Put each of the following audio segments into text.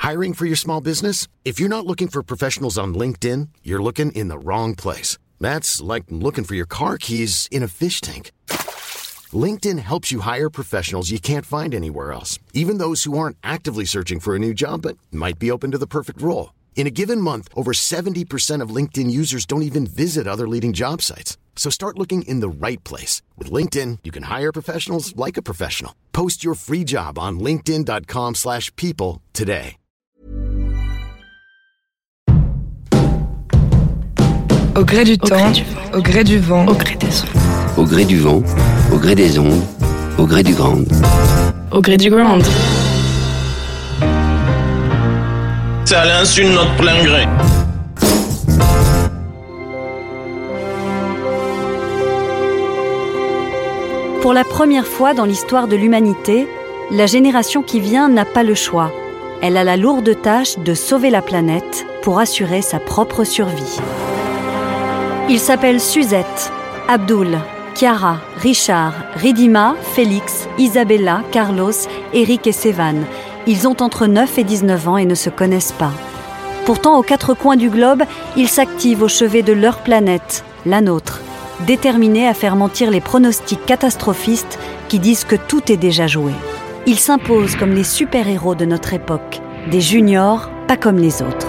Hiring for your small business? If you're not looking for professionals on LinkedIn, you're looking in the wrong place. That's like looking for your car keys in a fish tank. LinkedIn helps you hire professionals you can't find anywhere else, even those who aren't actively searching for a new job but might be open to the perfect role. In a given month, over 70% of LinkedIn users don't even visit other leading job sites. So start looking in the right place. With LinkedIn, you can hire professionals like a professional. Post your free job on linkedin.com/people today. Au gré du temps, au gré du vent, au gré des ondes. Au gré du vent, au gré des ondes, au gré du grand. Au gré du grand. C'est à l'insu de notre plein gré. Pour la première fois dans l'histoire de l'humanité, la génération qui vient n'a pas le choix. Elle a la lourde tâche de sauver la planète pour assurer sa propre survie. Ils s'appellent Suzette, Abdul, Chiara, Richard, Ridima, Félix, Isabella, Carlos, Eric et Sévan. Ils ont entre 9 et 19 ans et ne se connaissent pas. Pourtant, aux quatre coins du globe, ils s'activent au chevet de leur planète, la nôtre, déterminés à faire mentir les pronostics catastrophistes qui disent que tout est déjà joué. Ils s'imposent comme les super-héros de notre époque, des juniors pas comme les autres.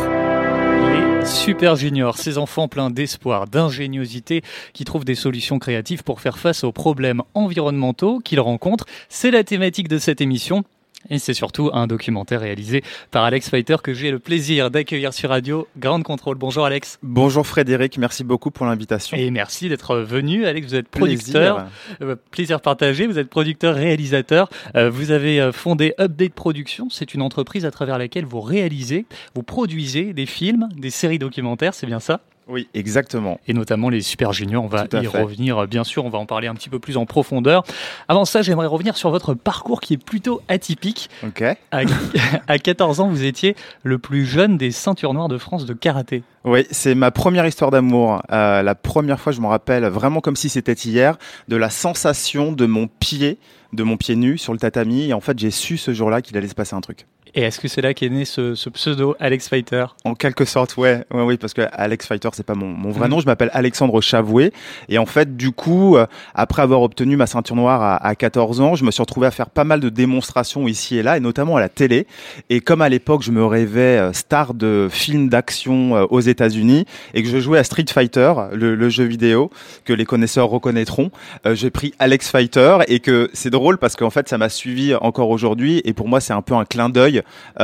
Super Junior, ces enfants pleins d'espoir, d'ingéniosité, qui trouvent des solutions créatives pour faire face aux problèmes environnementaux qu'ils rencontrent. C'est la thématique de cette émission. Et c'est surtout un documentaire réalisé par Alex Feiter que j'ai le plaisir d'accueillir sur Radio Ground Control. Bonjour Alex. Bonjour Frédéric, merci beaucoup pour l'invitation. Et merci d'être venu. Alex, vous êtes producteur. Plaisir partagé, vous êtes producteur, réalisateur. Vous avez fondé Update Productions. C'est une entreprise à travers laquelle vous réalisez, vous produisez des films, des séries documentaires, c'est bien ça ? Oui, exactement. Et notamment les Super Juniors, on va y revenir, bien sûr, on va en parler un petit peu plus en profondeur. Avant ça, j'aimerais revenir sur votre parcours qui est plutôt atypique. Ok. À 14 ans, vous étiez le plus jeune des ceintures noires de France de karaté. Oui, c'est ma première histoire d'amour. La première fois, je me rappelle vraiment comme si c'était hier, de la sensation de mon pied nu sur le tatami. Et en fait, j'ai su ce jour-là qu'il allait se passer un truc. Et est-ce que c'est là qu'est né ce pseudo Alex Feiter ? En quelque sorte, oui, parce que Alex Feiter, c'est pas mon vrai nom. Je m'appelle Alexandre Chavoué. Et en fait, du coup, après avoir obtenu ma ceinture noire à 14 ans, je me suis retrouvé à faire pas mal de démonstrations ici et là, et notamment à la télé. Et comme à l'époque, je me rêvais star de films d'action aux États-Unis et que je jouais à Street Fighter, le jeu vidéo que les connaisseurs reconnaîtront, j'ai pris Alex Feiter, et que c'est drôle parce qu'en fait, ça m'a suivi encore aujourd'hui. Et pour moi, c'est un peu un clin d'œil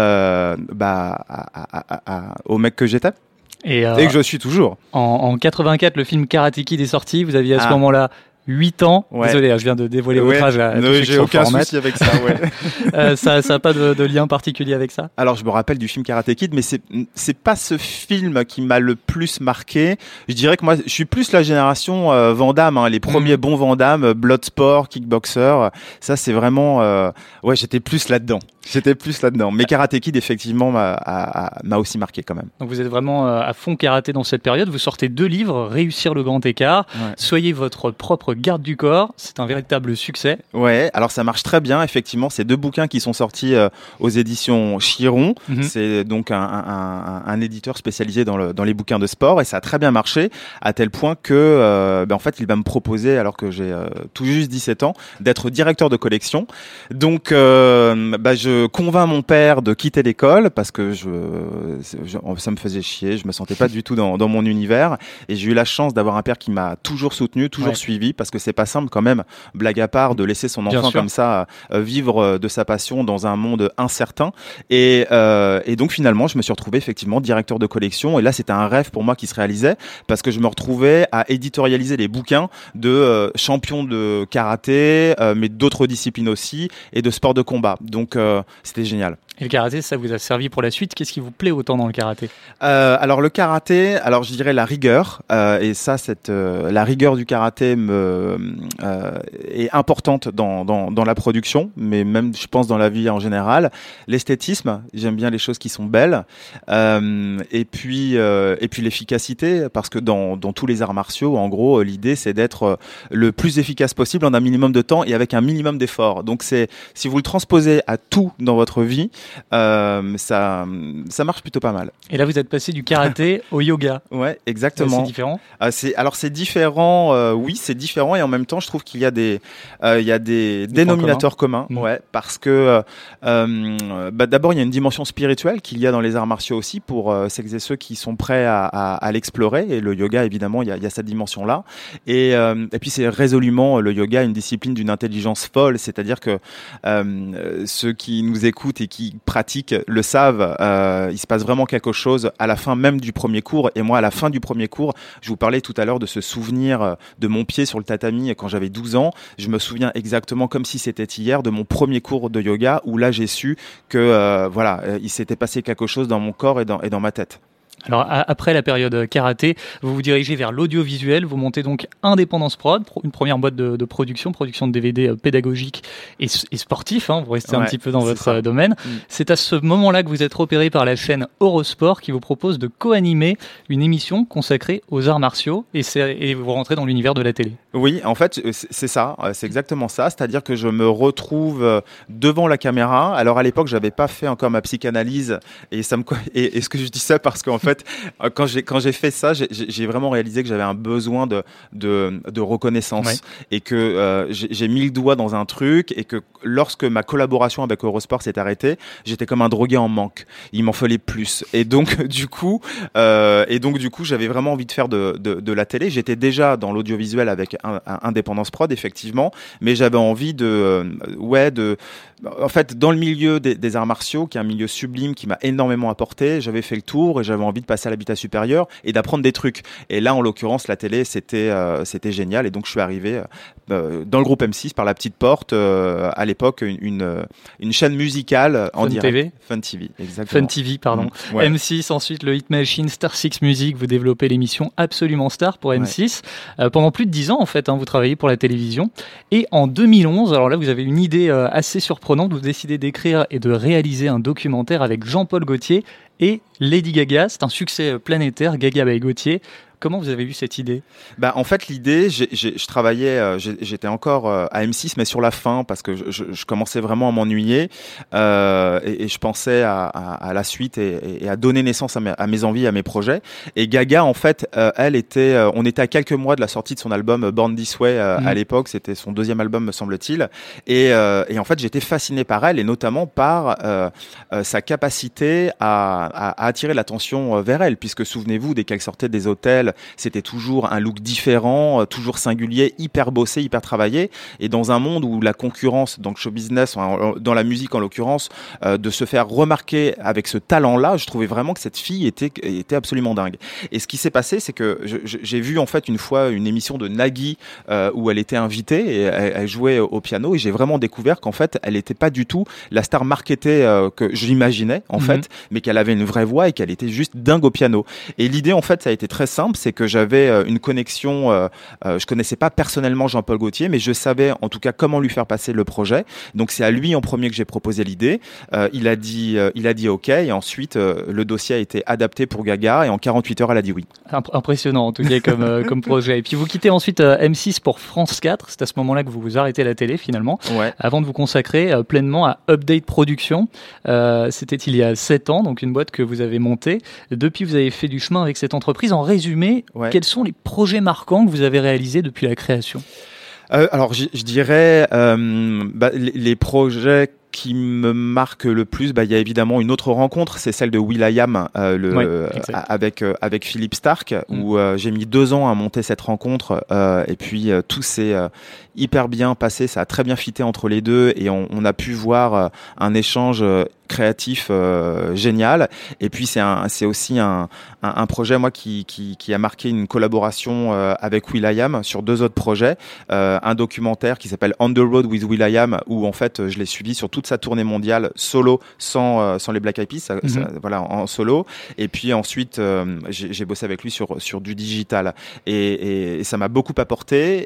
au mec que j'étais et que je suis toujours. En 84, le film Karate Kid est sorti. Vous aviez à ce moment-là 8 ans. Ouais. Désolé, je viens de dévoiler votre âge. J'ai aucun souci avec ça. Ouais. Ça n'a pas de lien particulier avec ça ? Alors, je me rappelle du film Karate Kid, mais c'est pas ce film qui m'a le plus marqué. Je dirais que moi, je suis plus la génération Van Damme, les premiers bons Van Damme, Bloodsport, Kickboxer. Ça, c'est vraiment... j'étais plus là-dedans. Mais Karate Kid, effectivement, m'a aussi marqué quand même. Donc, vous êtes vraiment à fond karaté dans cette période. Vous sortez 2 livres, Réussir le grand écart, Soyez votre propre garde du corps. C'est un véritable succès. Ouais, alors ça marche très bien, effectivement. C'est 2 bouquins qui sont sortis aux éditions Chiron. C'est donc un éditeur spécialisé dans les bouquins de sport, et ça a très bien marché, à tel point que en fait, il va me proposer, alors que j'ai tout juste 17 ans, d'être directeur de collection. Donc, je convainc mon père de quitter l'école parce que ça me faisait chier, je me sentais pas du tout dans mon univers, et j'ai eu la chance d'avoir un père qui m'a toujours soutenu, toujours suivi, parce que c'est pas simple quand même, blague à part, de laisser son enfant comme ça vivre de sa passion dans un monde incertain. Et donc finalement, je me suis retrouvé effectivement directeur de collection, et là c'était un rêve pour moi qui se réalisait, parce que je me retrouvais à éditorialiser les bouquins de champions de karaté, mais d'autres disciplines aussi, et de sport de combat. Donc c'était génial. Et le karaté, ça vous a servi pour la suite. Qu'est-ce qui vous plaît autant dans le karaté ? Alors le karaté, je dirais la rigueur, et ça, la rigueur du karaté est importante dans la production, mais même je pense dans la vie en général. L'esthétisme, j'aime bien les choses qui sont belles, et puis l'efficacité, parce que dans tous les arts martiaux, en gros, l'idée c'est d'être le plus efficace possible en un minimum de temps et avec un minimum d'effort. Donc si vous le transposez à tout dans votre vie, ça marche plutôt pas mal. Et là, vous êtes passé du karaté au yoga. Ouais, exactement. C'est différent. C'est différent. Oui, c'est différent et en même temps, je trouve qu'il y a des dénominateurs communs. Ouais, parce que d'abord, il y a une dimension spirituelle qu'il y a dans les arts martiaux aussi pour celles et ceux qui sont prêts à l'explorer. Et le yoga, évidemment, il y a cette dimension-là. Et puis, c'est résolument le yoga, une discipline d'une intelligence folle. C'est-à-dire que ceux qui nous écoutent et qui pratiquent le savent. Il se passe vraiment quelque chose à la fin même du premier cours. Et moi, à la fin du premier cours, je vous parlais tout à l'heure de ce souvenir de mon pied sur le tatami quand j'avais 12 ans. Je me souviens exactement comme si c'était hier de mon premier cours de yoga où là, j'ai su que il s'était passé quelque chose dans mon corps et dans ma tête. Alors après la période karaté, vous vous dirigez vers l'audiovisuel, vous montez donc Indépendance Prod, une première boîte de production de DVD pédagogiques et sportifs, vous restez un petit peu dans votre domaine. C'est à ce moment-là que vous êtes repéré par la chaîne Eurosport qui vous propose de co-animer une émission consacrée aux arts martiaux et vous rentrez dans l'univers de la télé. Oui, en fait, c'est ça, c'est exactement ça, c'est-à-dire que je me retrouve devant la caméra. Alors à l'époque, j'avais pas fait encore ma psychanalyse et ce que je dis ça parce qu'en fait, quand j'ai fait ça, j'ai vraiment réalisé que j'avais un besoin de reconnaissance et que j'ai mis le doigt dans un truc et que lorsque ma collaboration avec Eurosport s'est arrêtée, j'étais comme un drogué en manque. Il m'en fallait plus. Et donc du coup, j'avais vraiment envie de faire de la télé. J'étais déjà dans l'audiovisuel avec Indépendance Prod, effectivement, mais j'avais envie en fait, dans le milieu des arts martiaux, qui est un milieu sublime, qui m'a énormément apporté, j'avais fait le tour et j'avais envie de passer à l'habitat supérieur et d'apprendre des trucs. Et là, en l'occurrence, la télé, c'était génial. Et donc, je suis arrivé dans le groupe M6 par la petite porte, à l'époque, une chaîne musicale en direct. Fun TV, exactement. Fun TV, pardon. Ouais. M6, ensuite le Hit Machine, Star 6 Music, vous développez l'émission Absolument Star pour M6. Pendant plus de 10 ans, en fait, vous travaillez pour la télévision. Et en 2011, alors là, vous avez une idée assez surprenante. Vous décidez d'écrire et de réaliser un documentaire avec Jean-Paul Gaultier et Lady Gaga. C'est un succès planétaire, Gaga by Gaultier. Comment vous avez eu cette idée ? En fait, l'idée, je travaillais, j'étais encore à M6, mais sur la fin, parce que je commençais vraiment à m'ennuyer, et je pensais à la suite et à donner naissance à mes envies, à mes projets. Et Gaga, en fait, on était à quelques mois de la sortie de son album Born This Way à l'époque. C'était son deuxième album, me semble-t-il. Et en fait, j'étais fasciné par elle, et notamment par sa capacité à attirer l'attention vers elle, puisque souvenez-vous, dès qu'elle sortait des hôtels, c'était toujours un look différent, toujours singulier, hyper bossé, hyper travaillé. Et dans un monde où la concurrence, dans le show business, dans la musique en l'occurrence, de se faire remarquer avec ce talent-là, je trouvais vraiment que cette fille était absolument dingue. Et ce qui s'est passé, c'est que j'ai vu en fait une fois une émission de Nagui où elle était invitée et elle jouait au piano, et j'ai vraiment découvert qu'en fait, elle n'était pas du tout la star marketée que j'imaginais en fait, mais qu'elle avait une vraie voix et qu'elle était juste dingue au piano. Et l'idée en fait, ça a été très simple. C'est que j'avais une connexion, je connaissais pas personnellement Jean-Paul Gaultier, mais je savais en tout cas comment lui faire passer le projet. Donc c'est à lui en premier que j'ai proposé l'idée. Il a dit OK, et ensuite le dossier a été adapté pour Gaga, et en 48 heures elle a dit oui. Impressionnant en tout cas comme projet. Et puis vous quittez ensuite M6 pour France 4. C'est à ce moment-là que vous arrêtez la télé finalement, avant de vous consacrer pleinement à Update Production. C'était il y a 7 ans, donc une boîte que vous avez montée. Depuis, vous avez fait du chemin avec cette entreprise. En résumé, quels sont les projets marquants que vous avez réalisés depuis la création ? Alors, je dirais les projets qui me marque le plus, il y a évidemment une autre rencontre, c'est celle de will.i.am avec Philippe Stark, où j'ai mis 2 ans à monter cette rencontre, et puis tout s'est hyper bien passé, ça a très bien fité entre les deux, et on a pu voir un échange créatif génial. Et puis c'est aussi un projet moi qui a marqué une collaboration avec will.i.am sur 2 autres projets, un documentaire qui s'appelle On the Road with will.i.am, où en fait je l'ai suivi sur toute sa tournée mondiale solo, sans les Black Eyed Peas, voilà, en solo. Et puis ensuite j'ai bossé avec lui sur du digital, et ça m'a beaucoup apporté,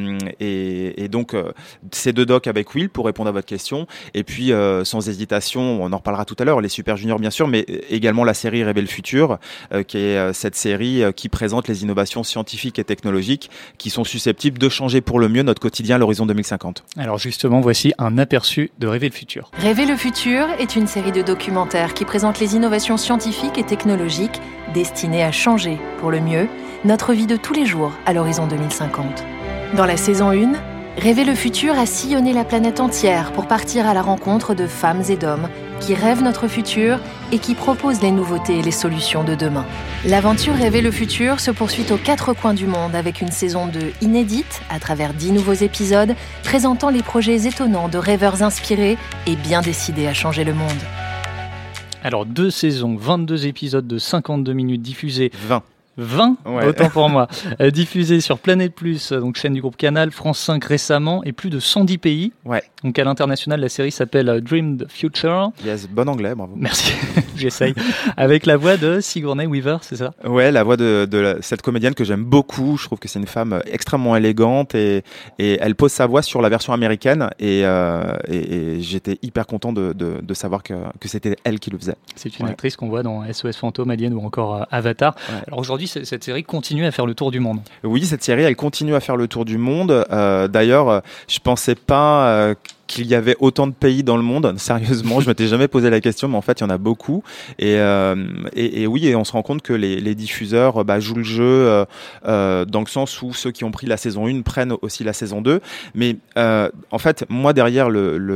et donc ces 2 docs avec Will, pour répondre à votre question, et puis sans hésitation, on en reparlera tout à l'heure, les Super Juniors bien sûr, mais également la série Rêver le futur, qui est cette série qui présente les innovations scientifiques et technologiques qui sont susceptibles de changer pour le mieux notre quotidien à l'horizon 2050. Alors justement, voici un aperçu de Rêver le futur. futur. Rêver le futur est une série de documentaires qui présente les innovations scientifiques et technologiques destinées à changer, pour le mieux, notre vie de tous les jours à l'horizon 2050. Dans la saison 1, Rêver le futur a sillonné la planète entière pour partir à la rencontre de femmes et d'hommes qui rêvent notre futur et qui proposent les nouveautés et les solutions de demain. L'aventure Rêver le futur se poursuit aux 4 coins du monde avec une saison 2 inédite à travers 10 nouveaux épisodes présentant les projets étonnants de rêveurs inspirés et bien décidés à changer le monde. Alors 2 saisons, 22 épisodes de 52 minutes diffusés. 20, ouais. Autant pour moi. Diffusé sur Planète Plus, donc chaîne du groupe Canal, France 5 récemment, et plus de 110 pays. Ouais. Donc à l'international, la série s'appelle Dream the Future. Yes, bon anglais, bravo. Merci, j'essaye. Avec la voix de Sigourney Weaver, c'est ça ? Ouais, la voix de cette comédienne que j'aime beaucoup. Je trouve que c'est une femme extrêmement élégante et elle pose sa voix sur la version américaine et j'étais hyper content de savoir que c'était elle qui le faisait. C'est une actrice qu'on voit dans SOS Fantôme, Alien ou encore Avatar. Ouais. Alors aujourd'hui, cette série continue à faire le tour du monde. Oui, cette série, elle continue à faire le tour du monde. D'ailleurs, je pensais pas qu'il y avait autant de pays dans le monde. Sérieusement, je m'étais jamais posé la question, mais en fait, il y en a beaucoup. Et oui, et on se rend compte que les diffuseurs jouent le jeu dans le sens où ceux qui ont pris la saison 1 prennent aussi la saison 2. Mais en fait, moi, derrière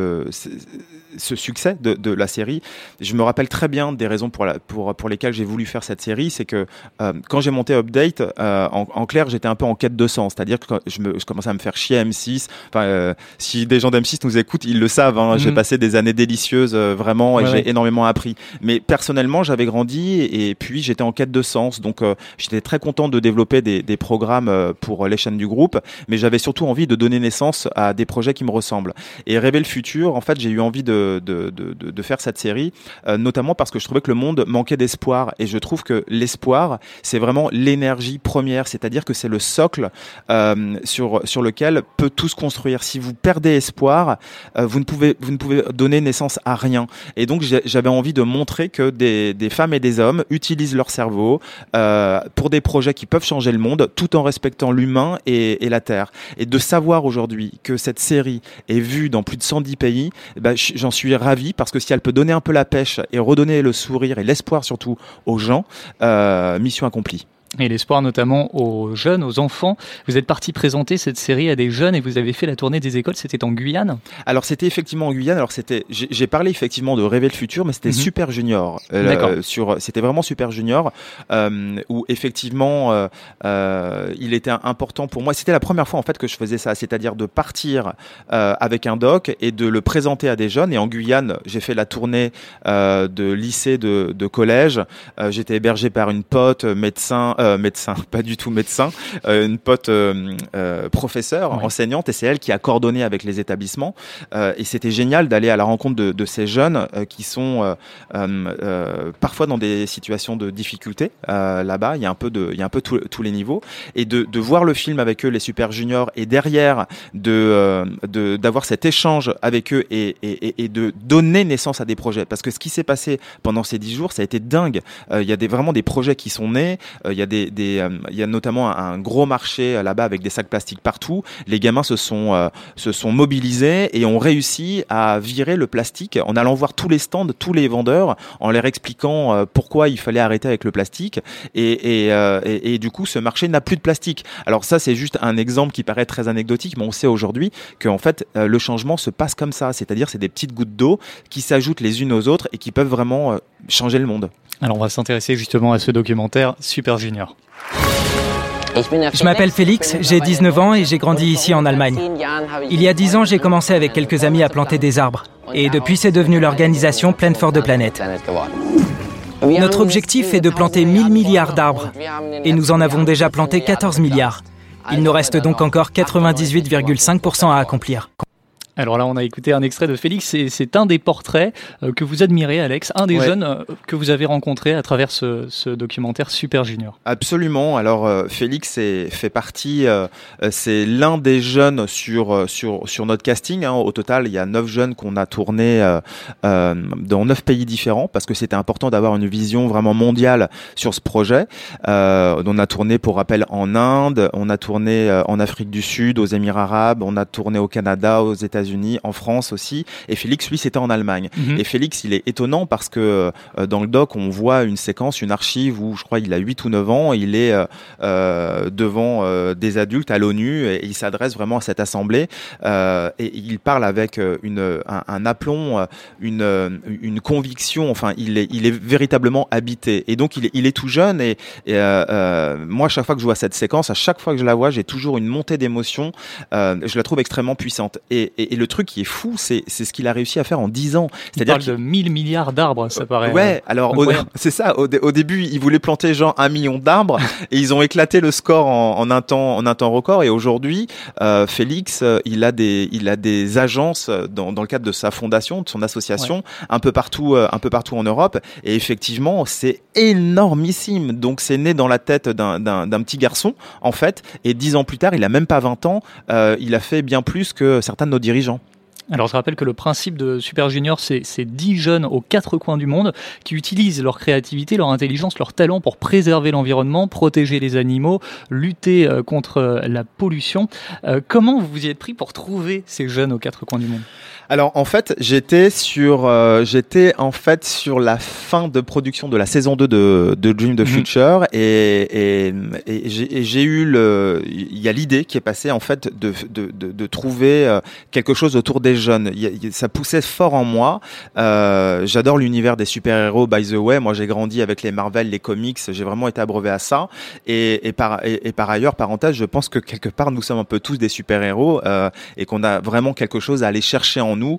ce succès de la série, je me rappelle très bien des raisons pour lesquelles j'ai voulu faire cette série. C'est que quand j'ai monté Update, en clair, j'étais un peu en quête de sens. C'est-à-dire que je commençais à me faire chier à M6. Enfin, si des gens d'M6 nous écoutent, ils le savent. Hein. J'ai passé des années délicieuses, vraiment, et j'ai énormément appris. Mais personnellement, j'avais grandi et puis j'étais en quête de sens. Donc, j'étais très content de développer des programmes pour les chaînes du groupe. Mais j'avais surtout envie de donner naissance à des projets qui me ressemblent. Et Rêver le futur, en fait, j'ai eu envie de faire cette série, notamment parce que je trouvais que le monde manquait d'espoir, et je trouve que l'espoir, c'est vraiment l'énergie première, c'est-à-dire que c'est le socle sur lequel peut tout se construire. Si vous perdez espoir, vous ne pouvez donner naissance à rien. Et donc j'avais envie de montrer que des femmes et des hommes utilisent leur cerveau pour des projets qui peuvent changer le monde, tout en respectant l'humain et la terre. Et de savoir aujourd'hui que cette série est vue dans plus de 110 pays, j'en suis ravi, parce que si elle peut donner un peu la pêche et redonner le sourire et l'espoir surtout aux gens, mission accomplie. Et l'espoir notamment aux jeunes, aux enfants. Vous êtes parti présenter cette série à des jeunes et vous avez fait la tournée des écoles, c'était en Guyane ? Alors c'était effectivement en Guyane, j'ai parlé effectivement de Rêver le futur, mais c'était Super Junior. C'était vraiment Super Junior, où effectivement il était important pour moi. C'était la première fois en fait que je faisais ça, c'est-à-dire de partir avec un doc et de le présenter à des jeunes. Et en Guyane, j'ai fait la tournée de lycée, de collège. J'étais hébergé par une pote médecin, pas du tout médecin, une pote professeure, enseignante, et c'est elle qui a coordonné avec les établissements. Et c'était génial d'aller à la rencontre de ces jeunes qui sont parfois dans des situations de difficulté. Là-bas, il y a un peu tous les niveaux, et de voir le film avec eux, les Super Juniors, et derrière d'avoir cet échange avec eux et de donner naissance à des projets. Parce que ce qui s'est passé pendant ces 10 jours, ça a été dingue. Il y a vraiment des projets qui sont nés. Il y a notamment un gros marché là-bas avec des sacs plastiques partout. Les gamins se sont mobilisés et ont réussi à virer le plastique en allant voir tous les stands, tous les vendeurs, en leur expliquant pourquoi il fallait arrêter avec le plastique. Et du coup, ce marché n'a plus de plastique. Alors ça, c'est juste un exemple qui paraît très anecdotique, mais on sait aujourd'hui qu'en fait, le changement se passe comme ça. C'est-à-dire, c'est des petites gouttes d'eau qui s'ajoutent les unes aux autres et qui peuvent vraiment changer le monde. Alors on va s'intéresser justement à ce documentaire Super Junior. Je m'appelle Félix, j'ai 19 ans et j'ai grandi ici en Allemagne. Il y a 10 ans, j'ai commencé avec quelques amis à planter des arbres. Et depuis, c'est devenu l'organisation Plant for the Planet. Notre objectif est de planter 1000 milliards d'arbres. Et nous en avons déjà planté 14 milliards. Il nous reste donc encore 98,5% à accomplir. Alors là, on a écouté un extrait de Félix, et c'est un des portraits que vous admirez, Alex, un des jeunes que vous avez rencontré à travers ce documentaire Super Junior. Absolument. Alors Félix fait partie, c'est l'un des jeunes sur notre casting. Hein. Au total, il y a 9 jeunes qu'on a tournés dans 9 pays différents, parce que c'était important d'avoir une vision vraiment mondiale sur ce projet. On a tourné, pour rappel, en Inde, on a tourné en Afrique du Sud, aux Émirats arabes, on a tourné au Canada, aux États-Unis, États-Unis, en France aussi. Et Félix, lui, c'était en Allemagne. Et Félix, il est étonnant parce que dans le doc, on voit une séquence, une archive où je crois il a 8 ou 9 ans. Il est devant des adultes à l'ONU et il s'adresse vraiment à cette assemblée. Et il parle avec un aplomb, une conviction. Enfin, il est véritablement habité. Et donc, il est tout jeune. Et moi, à chaque fois que je vois cette séquence, à chaque fois que je la vois, j'ai toujours une montée d'émotion. Je la trouve extrêmement puissante. Et le truc qui est fou, c'est ce qu'il a réussi à faire en 10 ans. C'est-à-dire de 1000 milliards d'arbres, ça paraît. Ouais, alors c'est ça. Au début, ils voulaient planter genre 1 million d'arbres et ils ont éclaté le score en un temps record. Et aujourd'hui, Félix, il a des agences dans le cadre de sa fondation, de son association, un peu partout en Europe. Et effectivement, c'est énormissime. Donc c'est né dans la tête d'un petit garçon en fait. Et 10 ans plus tard, il a même pas 20 ans. Il a fait bien plus que certains de nos dirigeants. Alors je rappelle que le principe de Super Junior, c'est 10 jeunes aux 4 coins du monde qui utilisent leur créativité, leur intelligence, leur talent pour préserver l'environnement, protéger les animaux, lutter contre la pollution. Comment vous vous y êtes pris pour trouver ces jeunes aux 4 coins du monde ? Alors en fait, j'étais en fait sur la fin de production de la saison 2 de Dream the Future et j'ai eu il y a l'idée qui est passée en fait de trouver quelque chose autour des jeunes. Ça poussait fort en moi. J'adore l'univers des super-héros, by the way. Moi, j'ai grandi avec les Marvel, les comics. J'ai vraiment été abreuvé à ça. Et par ailleurs, parenthèse, je pense que quelque part, nous sommes un peu tous des super-héros et qu'on a vraiment quelque chose à aller chercher en nous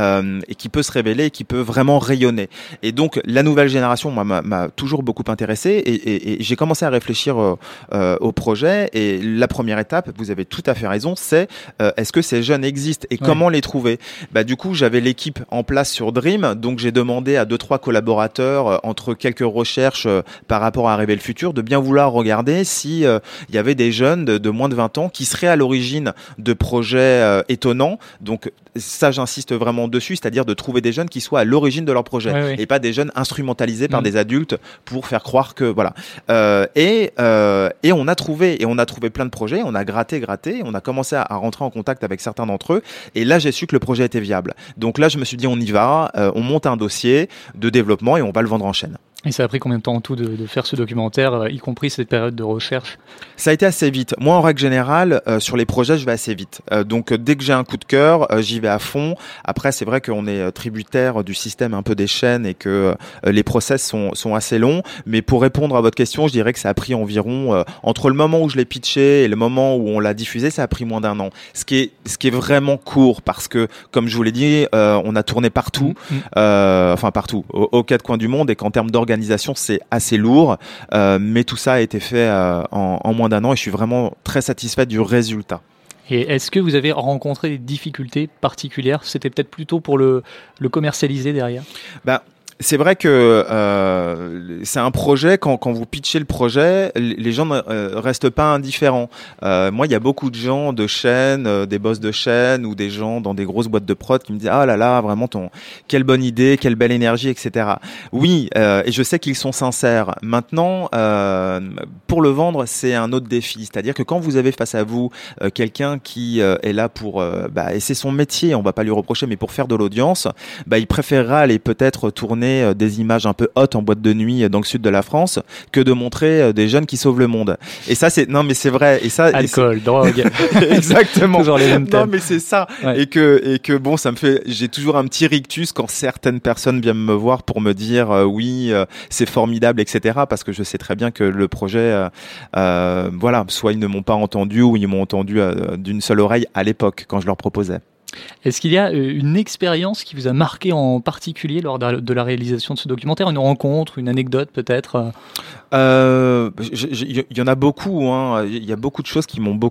et qui peut se révéler et qui peut vraiment rayonner. Et donc, la nouvelle génération, moi, m'a toujours beaucoup intéressé et j'ai commencé à réfléchir au projet. Et la première étape, vous avez tout à fait raison, c'est est-ce que ces jeunes existent et comment les trouver? Du coup, j'avais l'équipe en place sur Dream, donc j'ai demandé à 2-3 collaborateurs, entre quelques recherches par rapport à Rêver le futur, de bien vouloir regarder si il y avait des jeunes de moins de 20 ans qui seraient à l'origine de projets étonnants. Donc ça, j'insiste vraiment dessus, c'est-à-dire de trouver des jeunes qui soient à l'origine de leur projet et pas des jeunes instrumentalisés par des adultes pour faire croire que voilà. Et on a trouvé plein de projets, on a gratté, on a commencé à rentrer en contact avec certains d'entre eux. Et là, j'ai su que le projet était viable. Donc là, je me suis dit, on y va, on monte un dossier de développement et on va le vendre en chaîne. Et ça a pris combien de temps en tout de faire ce documentaire, y compris cette période de recherche ? Ça a été assez vite. Moi, en règle générale, sur les projets, je vais assez vite. Donc, dès que j'ai un coup de cœur, j'y vais à fond. Après, c'est vrai qu'on est tributaire du système un peu des chaînes et que les process sont assez longs. Mais pour répondre à votre question, je dirais que ça a pris environ, entre le moment où je l'ai pitché et le moment où on l'a diffusé, ça a pris moins d'1 an. Ce qui est vraiment court parce que, comme je vous l'ai dit, on a tourné partout, partout, aux 4 coins du monde et qu'en termes d'organisation, c'est assez lourd, mais tout ça a été fait en moins d'1 an et je suis vraiment très satisfait du résultat. Et est-ce que vous avez rencontré des difficultés particulières ? C'était peut-être plutôt pour le commercialiser derrière ? C'est vrai que c'est un projet, quand vous pitchez le projet, les gens ne restent pas indifférents. Moi, il y a beaucoup de gens de chaînes, des boss de chaînes ou des gens dans des grosses boîtes de prod qui me disent « Ah là là, vraiment, quelle bonne idée, quelle belle énergie, etc. » Oui, et je sais qu'ils sont sincères. Maintenant, pour le vendre, c'est un autre défi. C'est-à-dire que quand vous avez face à vous quelqu'un qui est là pour... et c'est son métier, on va pas lui reprocher, mais pour faire de l'audience, il préférera aller peut-être tourner des images un peu hot en boîte de nuit dans le sud de la France que de montrer des jeunes qui sauvent le monde. Et ça, c'est vrai. Et ça, alcool, drogue. Exactement. Toujours les mêmes thèmes. Non, mais c'est ça. Ouais. Et que bon, j'ai toujours un petit rictus quand certaines personnes viennent me voir pour me dire oui, c'est formidable, etc. Parce que je sais très bien que le projet, soit ils ne m'ont pas entendu ou ils m'ont entendu d'une seule oreille à l'époque quand je leur proposais. Est-ce qu'il y a une expérience qui vous a marqué en particulier lors de la réalisation de ce documentaire ? Une rencontre, une anecdote peut-être ? Il y en a beaucoup. Il y a beaucoup de choses qui m'ont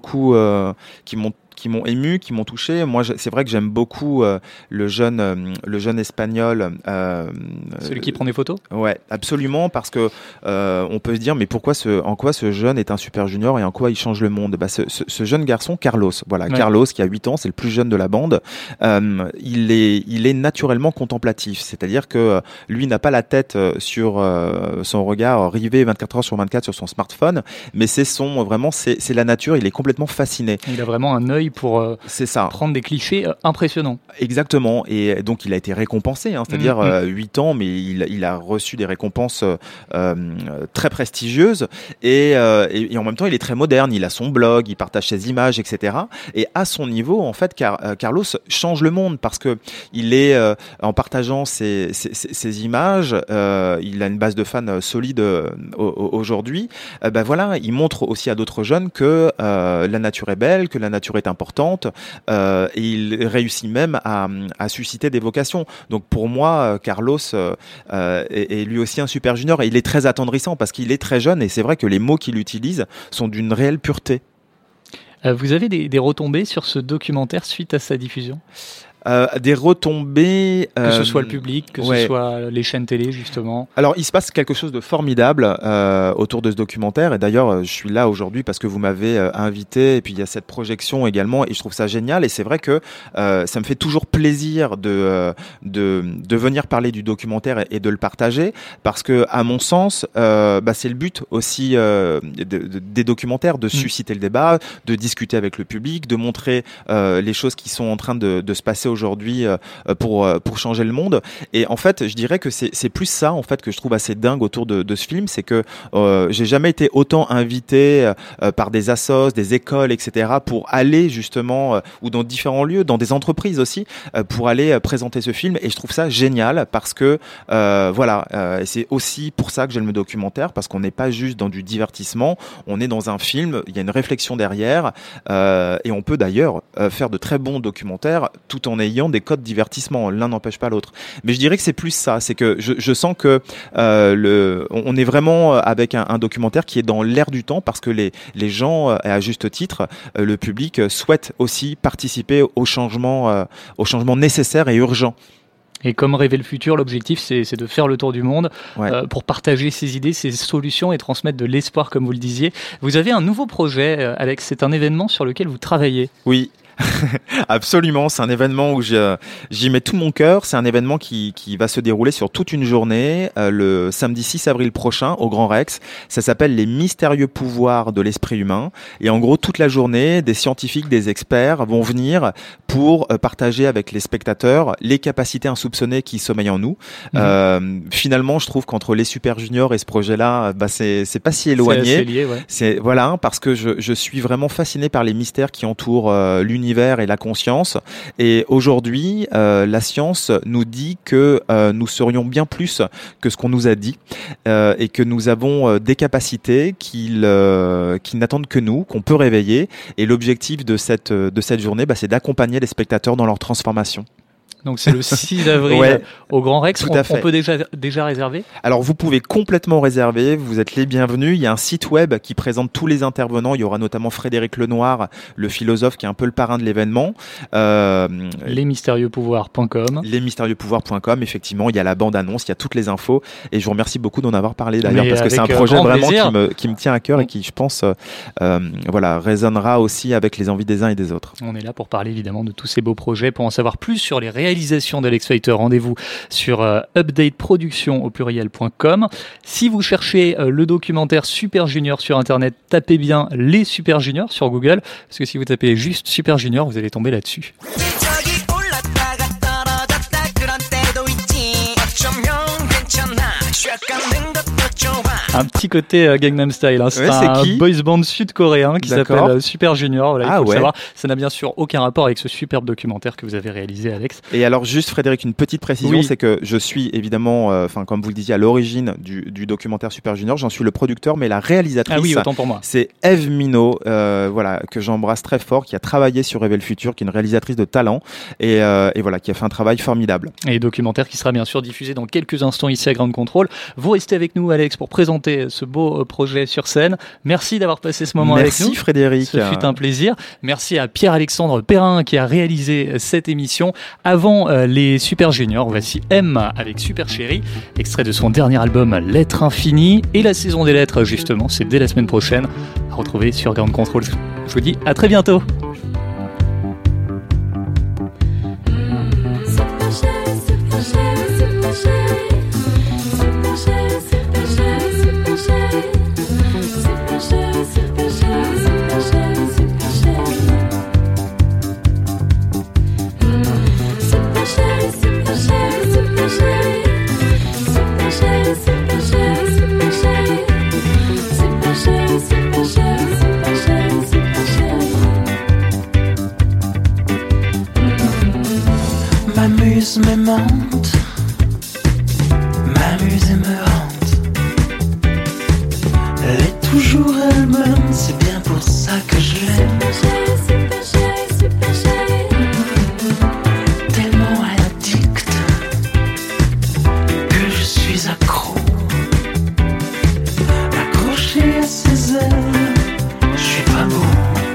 ému, qui m'ont touché. Moi, c'est vrai que j'aime beaucoup le jeune espagnol. Celui qui prend des photos ? Ouais, absolument, parce que on peut se dire, mais en quoi ce jeune est un super junior et en quoi il change le monde ? Ce jeune garçon, Carlos, Carlos qui a 8 ans, c'est le plus jeune de la bande. Il est naturellement contemplatif, c'est-à-dire que lui n'a pas la tête sur son regard rivé 24 heures sur 24 sur son smartphone, mais c'est la nature. Il est complètement fasciné. Il a vraiment un œil pour prendre des clichés impressionnants. Exactement, et donc il a été récompensé, c'est-à-dire 8 ans, mais il a reçu des récompenses très prestigieuses, et en même temps il est très moderne, il a son blog, il partage ses images, etc. Et à son niveau, en fait, Carlos change le monde, parce que il est, en partageant ses images, il a une base de fans solide aujourd'hui, il montre aussi à d'autres jeunes que la nature est belle, que la nature est importante, et il réussit même à susciter des vocations. Donc pour moi, Carlos est lui aussi un super junior, et il est très attendrissant parce qu'il est très jeune, et c'est vrai que les mots qu'il utilise sont d'une réelle pureté. Vous avez des retombées sur ce documentaire suite à sa diffusion ? Des retombées... que ce soit le public, que ce soit les chaînes télé, justement. Alors, il se passe quelque chose de formidable autour de ce documentaire. Et d'ailleurs, je suis là aujourd'hui parce que vous m'avez invité. Et puis, il y a cette projection également. Et je trouve ça génial. Et c'est vrai que ça me fait toujours plaisir de venir parler du documentaire et de le partager. Parce que, à mon sens, c'est le but aussi des documentaires, de susciter le débat, de discuter avec le public, de montrer les choses qui sont en train de se passer aujourd'hui pour changer le monde. Et en fait, je dirais que c'est plus ça, en fait, que je trouve assez dingue autour de ce film, c'est que j'ai jamais été autant invité par des assos, des écoles, etc., pour aller justement, ou dans différents lieux, dans des entreprises aussi, pour aller présenter ce film. Et je trouve ça génial parce que et c'est aussi pour ça que j'aime le documentaire, parce qu'on n'est pas juste dans du divertissement, on est dans un film, il y a une réflexion derrière, et on peut d'ailleurs faire de très bons documentaires tout en ayant des codes divertissement. L'un n'empêche pas l'autre. Mais je dirais que c'est plus ça. C'est que je sens que on est vraiment avec un documentaire qui est dans l'air du temps, parce que les gens, et à juste titre, le public souhaite aussi participer au changement nécessaire et urgent. Et comme Rêver le futur, l'objectif, c'est de faire le tour du monde pour partager ses idées, ses solutions et transmettre de l'espoir, comme vous le disiez. Vous avez un nouveau projet, Alex. C'est un événement sur lequel vous travaillez. Oui. Absolument, c'est un événement où j'y mets tout mon cœur. C'est un événement qui va se dérouler sur toute une journée, le samedi 6 avril prochain au Grand Rex. Ça s'appelle les mystérieux pouvoirs de l'esprit humain. Et en gros, toute la journée, des scientifiques, des experts vont venir pour partager avec les spectateurs les capacités insoupçonnées qui sommeillent en nous. Finalement, je trouve qu'entre les super juniors et ce projet-là, c'est pas si éloigné. C'est assez lié, ouais. C'est parce que je suis vraiment fasciné par les mystères qui entourent l'univers et la conscience. Et aujourd'hui, la science nous dit que nous serions bien plus que ce qu'on nous a dit, et que nous avons des capacités qui n'attendent que nous, qu'on peut réveiller. Et l'objectif de cette journée, c'est d'accompagner les spectateurs dans leur transformation. Donc c'est le 6 avril au Grand Rex. On peut déjà réserver ? Alors vous pouvez complètement réserver, vous êtes les bienvenus. Il y a un site web qui présente tous les intervenants. Il y aura notamment Frédéric Lenoir, le philosophe qui est un peu le parrain de l'événement. Lesmystérieuxpouvoirs.com. Lesmystérieuxpouvoirs.com, effectivement, il y a la bande-annonce, il y a toutes les infos. Et je vous remercie beaucoup d'en avoir parlé d'ailleurs, parce que c'est un projet vraiment qui me tient à cœur et qui, je pense, résonnera aussi avec les envies des uns et des autres. On est là pour parler évidemment de tous ces beaux projets, pour en savoir plus sur les réalisation d'Alex Feiter. Rendez-vous sur updateproduction au pluriel.com. Si vous cherchez le documentaire Super Junior sur Internet, tapez bien les Super Juniors sur Google, parce que si vous tapez juste Super Junior, vous allez tomber là-dessus. Un petit côté Gangnam Style, c'est un boys band sud-coréen qui s'appelle Super Junior. Voilà, il faut le savoir. Ça n'a bien sûr aucun rapport avec ce superbe documentaire que vous avez réalisé, Alex. Et alors juste, Frédéric, une petite précision, c'est que je suis évidemment, comme vous le disiez, à l'origine du documentaire Super Junior. J'en suis le producteur, mais la réalisatrice, autant pour moi. C'est Eve Minot, que j'embrasse très fort, qui a travaillé sur Rêver le futur, qui est une réalisatrice de talent, et voilà, qui a fait un travail formidable. Et documentaire qui sera bien sûr diffusé dans quelques instants ici à Ground Control. Vous restez avec nous, Alex, pour présenter ce beau projet sur scène. Merci d'avoir passé ce moment avec nous. Merci Frédéric. Ce fut un plaisir. Merci à Pierre-Alexandre Perrin qui a réalisé cette émission. Avant les Super Juniors, voici M avec Super Chérie, extrait de son dernier album Lettres Infinies. Et la saison des lettres, justement, c'est dès la semaine prochaine. À retrouver sur Ground Control. Je vous dis à très bientôt. tourmente, m'amuse et me hante. Elle est toujours elle-même, c'est bien pour ça que je l'aime. Super chérie, tellement addict que je suis accro, accroché à ses ailes, je suis pas beau.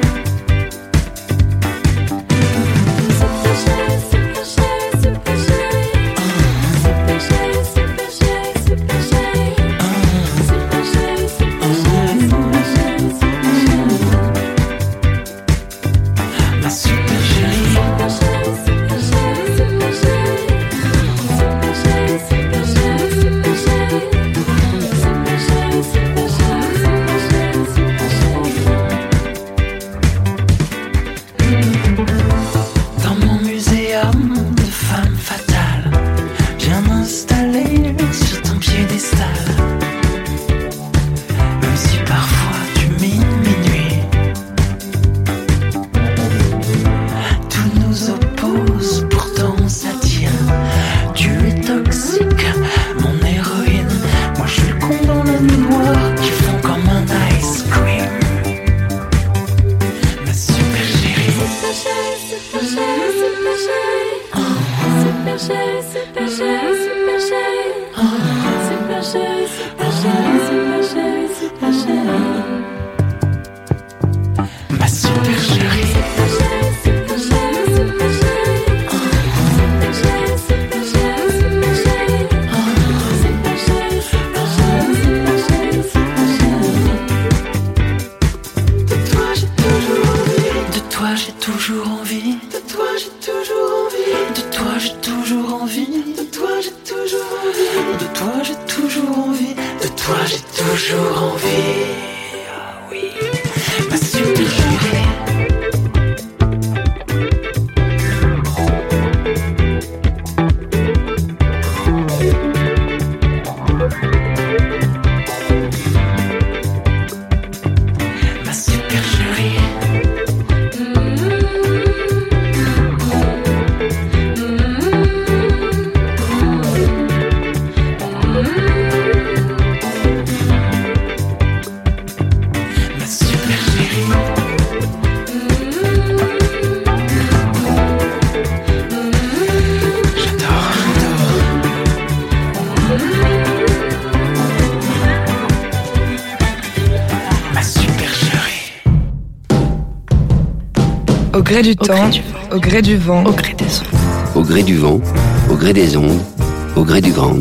Au gré du temps, au gré du vent, au gré des ondes. Au gré du vent, au gré des ondes, au gré du grand.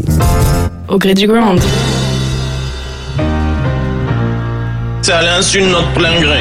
Au gré du grand. C'est à l'insu de notre plein gré.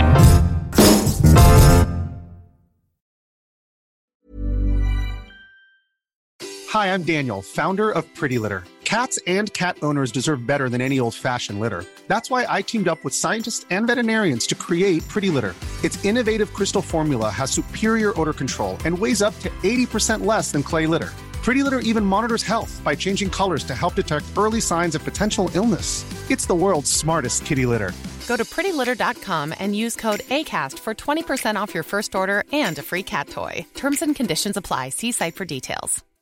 Hi, I'm Daniel, founder of Pretty Litter. Cats and cat owners deserve better than any old-fashioned litter. That's why I teamed up with scientists and veterinarians to create Pretty Litter. Its innovative crystal formula has superior odor control and weighs up to 80% less than clay litter. Pretty Litter even monitors health by changing colors to help detect early signs of potential illness. It's the world's smartest kitty litter. Go to prettylitter.com and use code ACAST for 20% off your first order and a free cat toy. Terms and conditions apply. See site for details.